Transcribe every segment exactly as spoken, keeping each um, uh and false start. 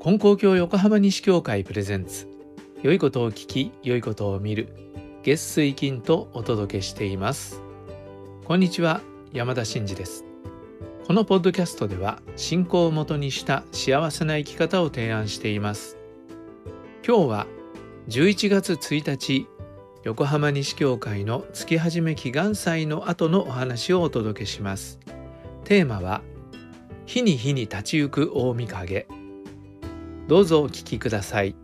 金光教横浜西教会プレゼンツ、良いことを聞き良いことを見る、月水金とお届けしています。こんにちは、山田真嗣です。このポッドキャストでは信仰をもとにした幸せな生き方を提案しています。今日はじゅういちがつついたち、横浜西教会の月始め祈願祭の後のお話をお届けします。テーマは日に日に立ちゆく大御影。どうぞお聞きください。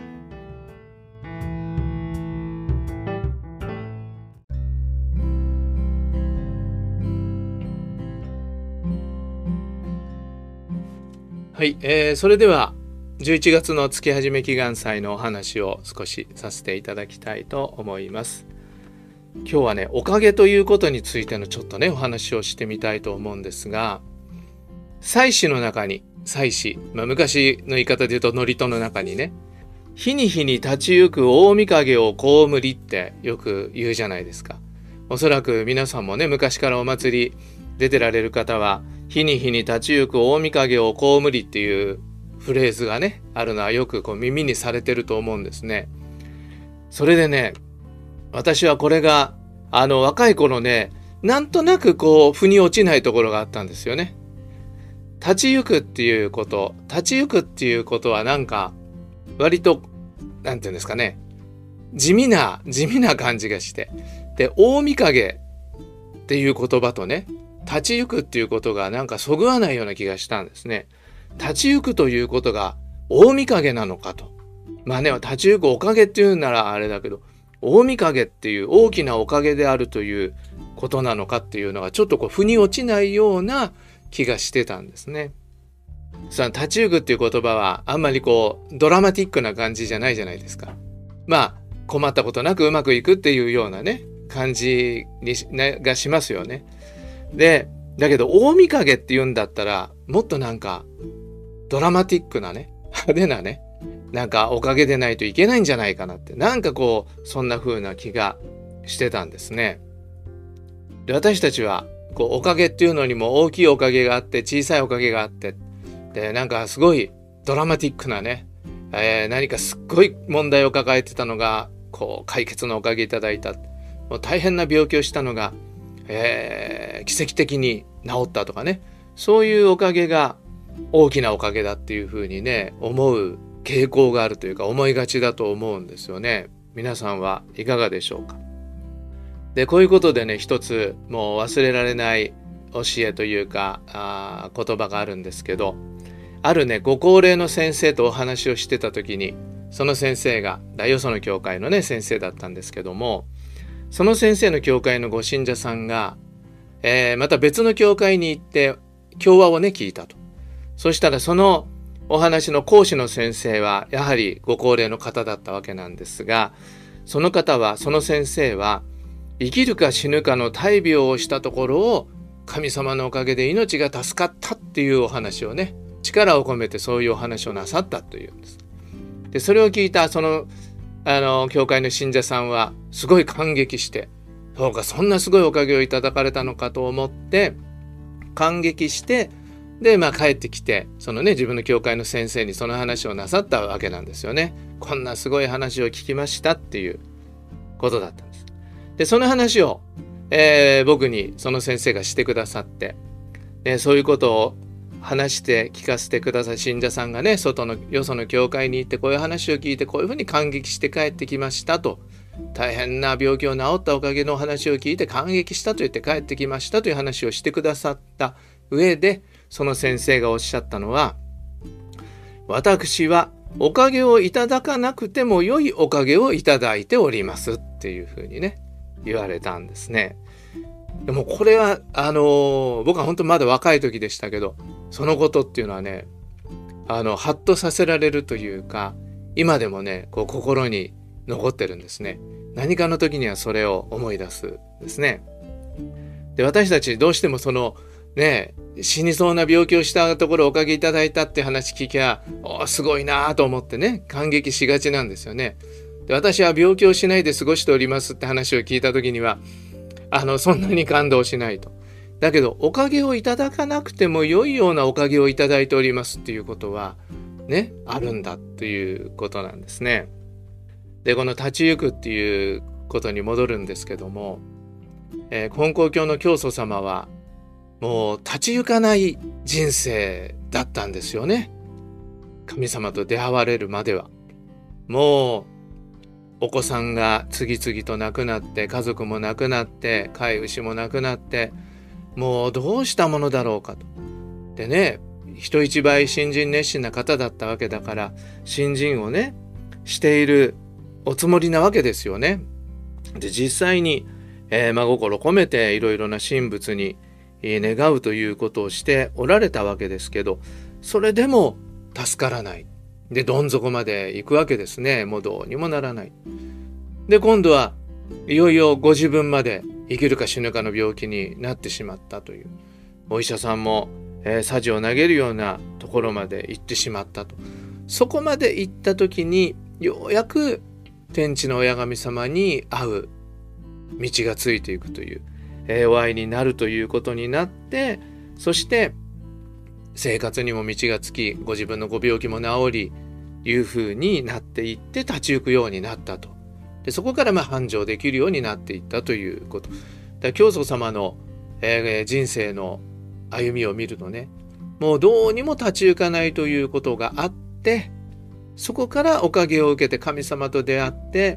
はい、えー、それではじゅういちがつの月始め祈願祭のお話を少しさせていただきたいと思います。今日はね、おかげということについてのちょっとねお話をしてみたいと思うんですが、祭祀の中に祭祀、まあ、昔の言い方で言うと祝詞の中にね、日に日に立ちゆく大御影を被りってよく言うじゃないですか。おそらく皆さんもね、昔からお祭り出てられる方は日に日に立ちゆく大御影を被りっていうフレーズがねあるのはよくこう耳にされてると思うんですね。それでね、私はこれがあの若い頃ね、なんとなくこう腑に落ちないところがあったんですよね。立ちゆくっていうこと、立ちゆくっていうことはなんか割となんていうんですかね、地味な地味な感じがして、で大御影っていう言葉とね、立ちゆくっていうことがなんかそぐわないような気がしたんですね。立ちゆくということが大御影なのかと。まあね、立ちゆくおかげっていうならあれだけど、大御影っていう大きなおかげであるということなのかっていうのがちょっとこう腑に落ちないような気がしてたんですね。その立ちゆくっていう言葉はあんまりこうドラマティックな感じじゃないじゃないですか。まあ困ったことなくうまくいくっていうようなね感じにし、ね、がしますよね。でだけど大御影っていうんだったらもっとなんかドラマティックなね、派手なね、なんかおかげでないといけないんじゃないかなって、なんかこうそんな風な気がしてたんですね。で私たちはこうおかげっていうのにも大きいおかげがあって小さいおかげがあって、でなんかすごいドラマティックなね、えー、何かすっごい問題を抱えてたのがこう解決のおかげいただいた、もう大変な病気をしたのが、えー、奇跡的に治ったとかね、そういうおかげが大きなおかげだっていうふうにね思う傾向があるというか、思いがちだと思うんですよね。皆さんはいかがでしょうか。でこういうことでね、一つもう忘れられない教えというかあ言葉があるんですけど、あるねご高齢の先生とお話をしてた時に、その先生が大よその教会のね先生だったんですけども、その先生の教会のご信者さんが、えー、また別の教会に行って教話をね聞いたと。そしたらそのお話の講師の先生はやはりご高齢の方だったわけなんですが、その方はその先生は生きるか死ぬかの大病をしたところを神様のおかげで命が助かったっていうお話をね、力を込めてそういうお話をなさったというんです。でそれを聞いたそのあの教会の信者さんはすごい感激して、そうかそんなすごいおかげをいただかれたのかと思って感激して、でまあ帰ってきてそのね自分の教会の先生にその話をなさったわけなんですよね。こんなすごい話を聞きましたっていうことだったんです。でその話を、えー、僕にその先生がしてくださって、でそういうことを話して聞かせてください。信者さんがね外のよその教会に行ってこういう話を聞いてこういうふうに感激して帰ってきましたと、大変な病気を治ったおかげの話を聞いて感激したと言って帰ってきましたという話をしてくださった上で、その先生がおっしゃったのは、私はおかげをいただかなくても良いおかげをいただいておりますっていうふうにね言われたんですね。でもこれはあのー、僕は本当まだ若い時でしたけど、そのことっていうのはね、あのハッとさせられるというか、今でもねこう心に残ってるんですね。何かの時にはそれを思い出すんですね。で私たちどうしてもそのね死にそうな病気をしたところおかげいただいたって話聞きゃ、おすごいなと思ってね感激しがちなんですよね。で私は病気をしないで過ごしておりますって話を聞いた時にはあのそんなに感動しないと。だけどおかげをいただかなくても良いようなおかげをいただいておりますっていうことは、 ね、あるんだということなんですね。で、この立ち行くっていうことに戻るんですけども、えー、金光教の教祖様はもう立ち行かない人生だったんですよね。神様と出会われるまでは。もうお子さんが次々と亡くなって、家族も亡くなって、飼い牛も亡くなって、もうどうしたものだろうかと。でね、人一倍信心熱心な方だったわけだから、信心をねしているおつもりなわけですよね。で、実際に、えー、真心込めていろいろな神仏に願うということをしておられたわけですけど、それでも助からない。で、どん底まで行くわけですね。もうどうにもならない。で、今度はいよいよご自分まで生きるか死ぬかの病気になってしまったという。お医者さんも、えー、さじを投げるようなところまで行ってしまったと。そこまで行った時にようやく天地の親神様に会う道がついていくという、えー、お会いになるということになって、そして生活にも道がつき、ご自分のご病気も治り、いうふうになっていって立ち行くようになったと。で、そこからまあ繁盛できるようになっていったということ。だ教祖様の、えー、人生の歩みを見るとね、もうどうにも立ち行かないということがあって、そこからおかげを受けて神様と出会って、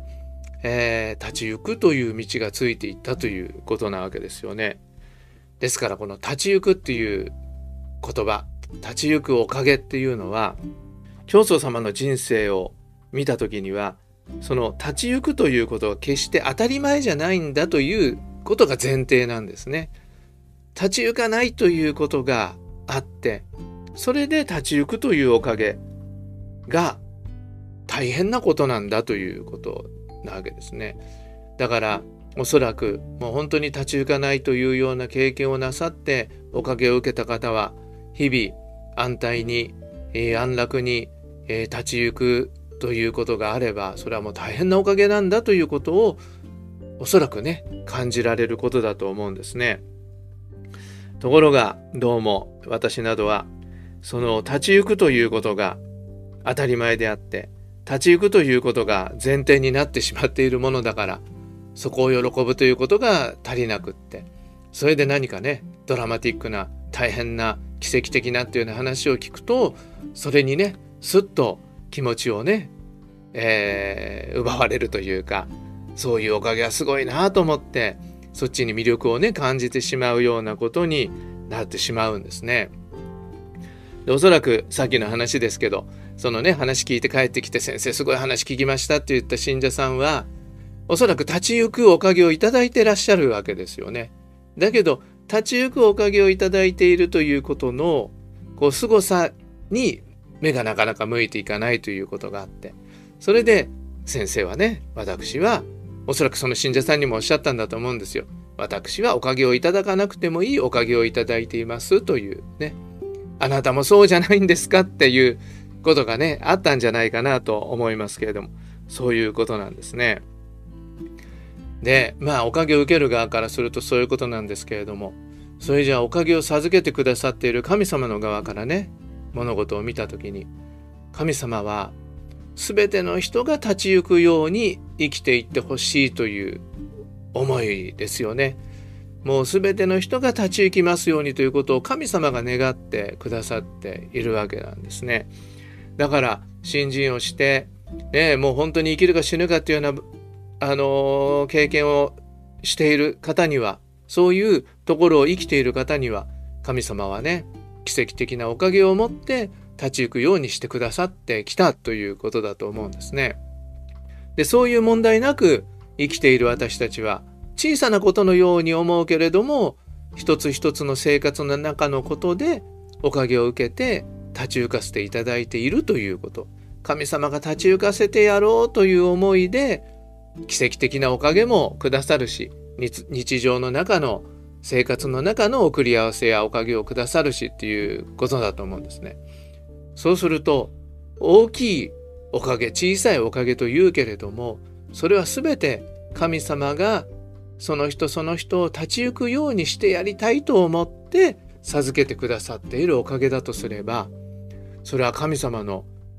えー、立ち行くという道がついていったということなわけですよね。ですからこの立ち行くっていう言葉、立ち行くおかげっていうのは、教祖様の人生を見た時には、その立ち行くということは決して当たり前じゃないんだということが前提なんですね。立ち行かないということがあって、それで立ち行くというおかげが大変なことなんだということなわけですね。だからおそらくもう本当に立ち行かないというような経験をなさっておかげを受けた方は、日々安泰に、えー、安楽に、えー、立ち行くということがあれば、それはもう大変なおかげなんだということをおそらくね感じられることだと思うんですね。ところがどうも私などはその立ち行くということが当たり前であって、立ち行くということが前提になってしまっているものだから、そこを喜ぶということが足りなくって、それで何かねドラマティックな大変な奇跡的なっていうような話を聞くと、それにねすっと気持ちをね、えー、奪われるというか、そういうおかげはすごいなと思ってそっちに魅力をね感じてしまうようなことになってしまうんですね。で、おそらくさっきの話ですけど、そのね話聞いて帰ってきて、先生すごい話聞きましたって言った信者さんは、おそらく立ち行くおかげをいただいてらっしゃるわけですよね。だけど立ち行くおかげをいただいているということのこう凄さに目がなかなか向いていかないということがあって、それで先生はね、私はおそらくその信者さんにもおっしゃったんだと思うんですよ。私はおかげをいただかなくてもいいおかげをいただいていますというね、あなたもそうじゃないんですかっていうことがねあったんじゃないかなと思いますけれども、そういうことなんですね。で、まあおかげを受ける側からするとそういうことなんですけれども、それじゃあおかげを授けてくださっている神様の側からね物事を見たときに、神様は全ての人が立ち行くように生きていってほしいという思いですよね。もう全ての人が立ち行きますようにということを神様が願ってくださっているわけなんですね。だから信心をして、ね、もう本当に生きるか死ぬかっていうようなあのー、経験をしている方には、そういうところを生きている方には、神様はね奇跡的なおかげを持って立ち行くようにしてくださってきたということだと思うんですね。で、そういう問題なく生きている私たちは、小さなことのように思うけれども、一つ一つの生活の中のことでおかげを受けて立ち行かせていただいているということ、神様が立ち行かせてやろうという思いで奇跡的なおかげもくださるし、日常の中の生活の中の送り合わせやおかげをくださるしっていうことだと思うんですね。そうすると大きいおかげ、小さいおかげというけれども、それは全て神様がその人その人を立ち行くようにしてやりたいと思って授けてくださっているおかげだとすれば、それは神様の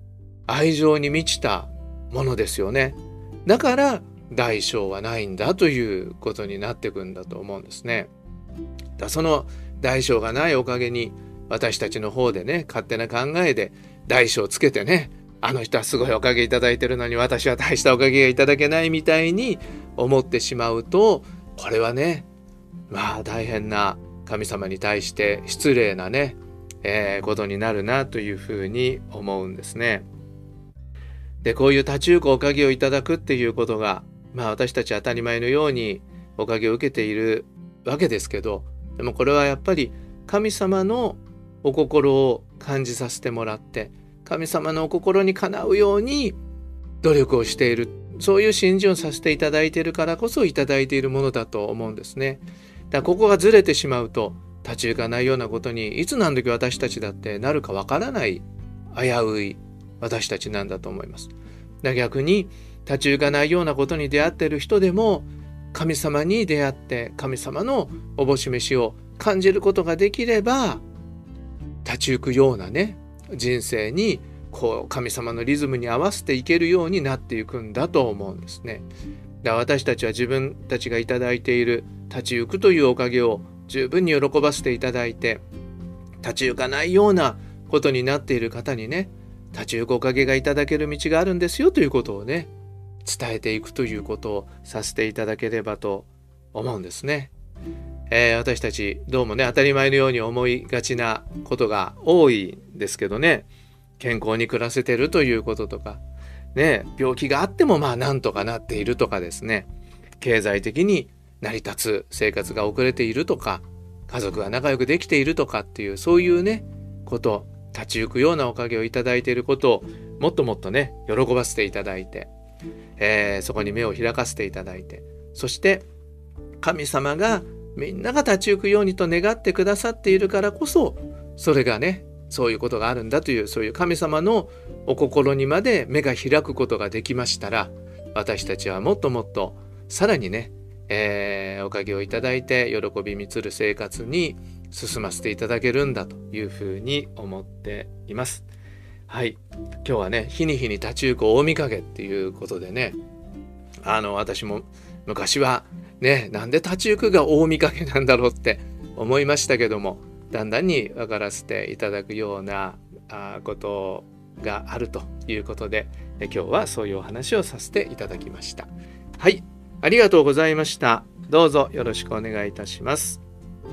愛情に満ちたものですよね。だから代償はないんだということになってくんだと思うんですね。だその代償がないおかげに私たちの方でね、勝手な考えで代償をつけてね、あの人はすごいおかげいただいてるのに私は大したおかげがいただけないみたいに思ってしまうと、これはね、まあ大変な神様に対して失礼なね、えー、ことになるなというふうに思うんですね。で、こういう立ち行くおかげをいただくっていうことが、まあ私たち当たり前のようにおかげを受けているわけですけど、でもこれはやっぱり神様のお心を感じさせてもらって、神様のお心にかなうように努力をしている、そういう信心をさせていただいているからこそいただいているものだと思うんですね。だからここがずれてしまうと、立ち行かないようなことにいつ何時私たちだってなるかわからない危うい私たちなんだと思います。だ逆に立ち行かないようなことに出会っている人でも、神様に出会って神様のおぼし飯を感じることができれば、立ち行くようなね人生にこう神様のリズムに合わせていけるようになっていくんだと思うんですね。だから私たちは自分たちがいただいている立ち行くというおかげを十分に喜ばせていただいて、立ち行かないようなことになっている方にね、立ち行くおかげがいただける道があるんですよということをね、伝えていくということをさせていただければと思うんですね。えー、私たちどうもね、当たり前のように思いがちなことが多いんですけどね、健康に暮らせてるということとかね、病気があってもまあなんとかなっているとかですね、経済的に成り立つ生活が遅れているとか、家族が仲良くできているとかっていう、そういうねこと、立ち行くようなおかげをいただいていることをもっともっとね喜ばせていただいて、えー、そこに目を開かせていただいて、そして神様がみんなが立ち行くようにと願ってくださっているからこそ、それがね、そういうことがあるんだという、そういう神様のお心にまで目が開くことができましたら、私たちはもっともっとさらにね、えー、おかげをいただいて喜び満つる生活に進ませていただけるんだというふうに思っています。はい、今日はね、日に日に立ち行く大御影っていうことでね、あの私も昔はね、なんで立ち行くが大御影なんだろうって思いましたけども、だんだんに分からせていただくようなあことがあるということで、今日はそういうお話をさせていただきました。はい、ありがとうございました。どうぞよろしくお願いいたします。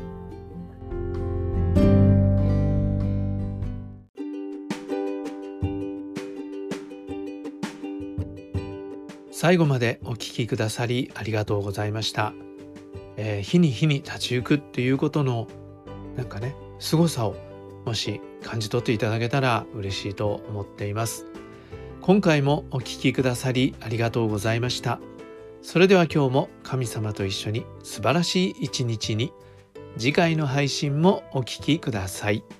最後までお聞きくださりありがとうございました。えー、日に日に立ち行くっていうことのなんかね、凄さをもし感じ取っていただけたら嬉しいと思っています。今回もお聞きくださりありがとうございました。それでは今日も神様と一緒に素晴らしい一日に。次回の配信もお聞きください。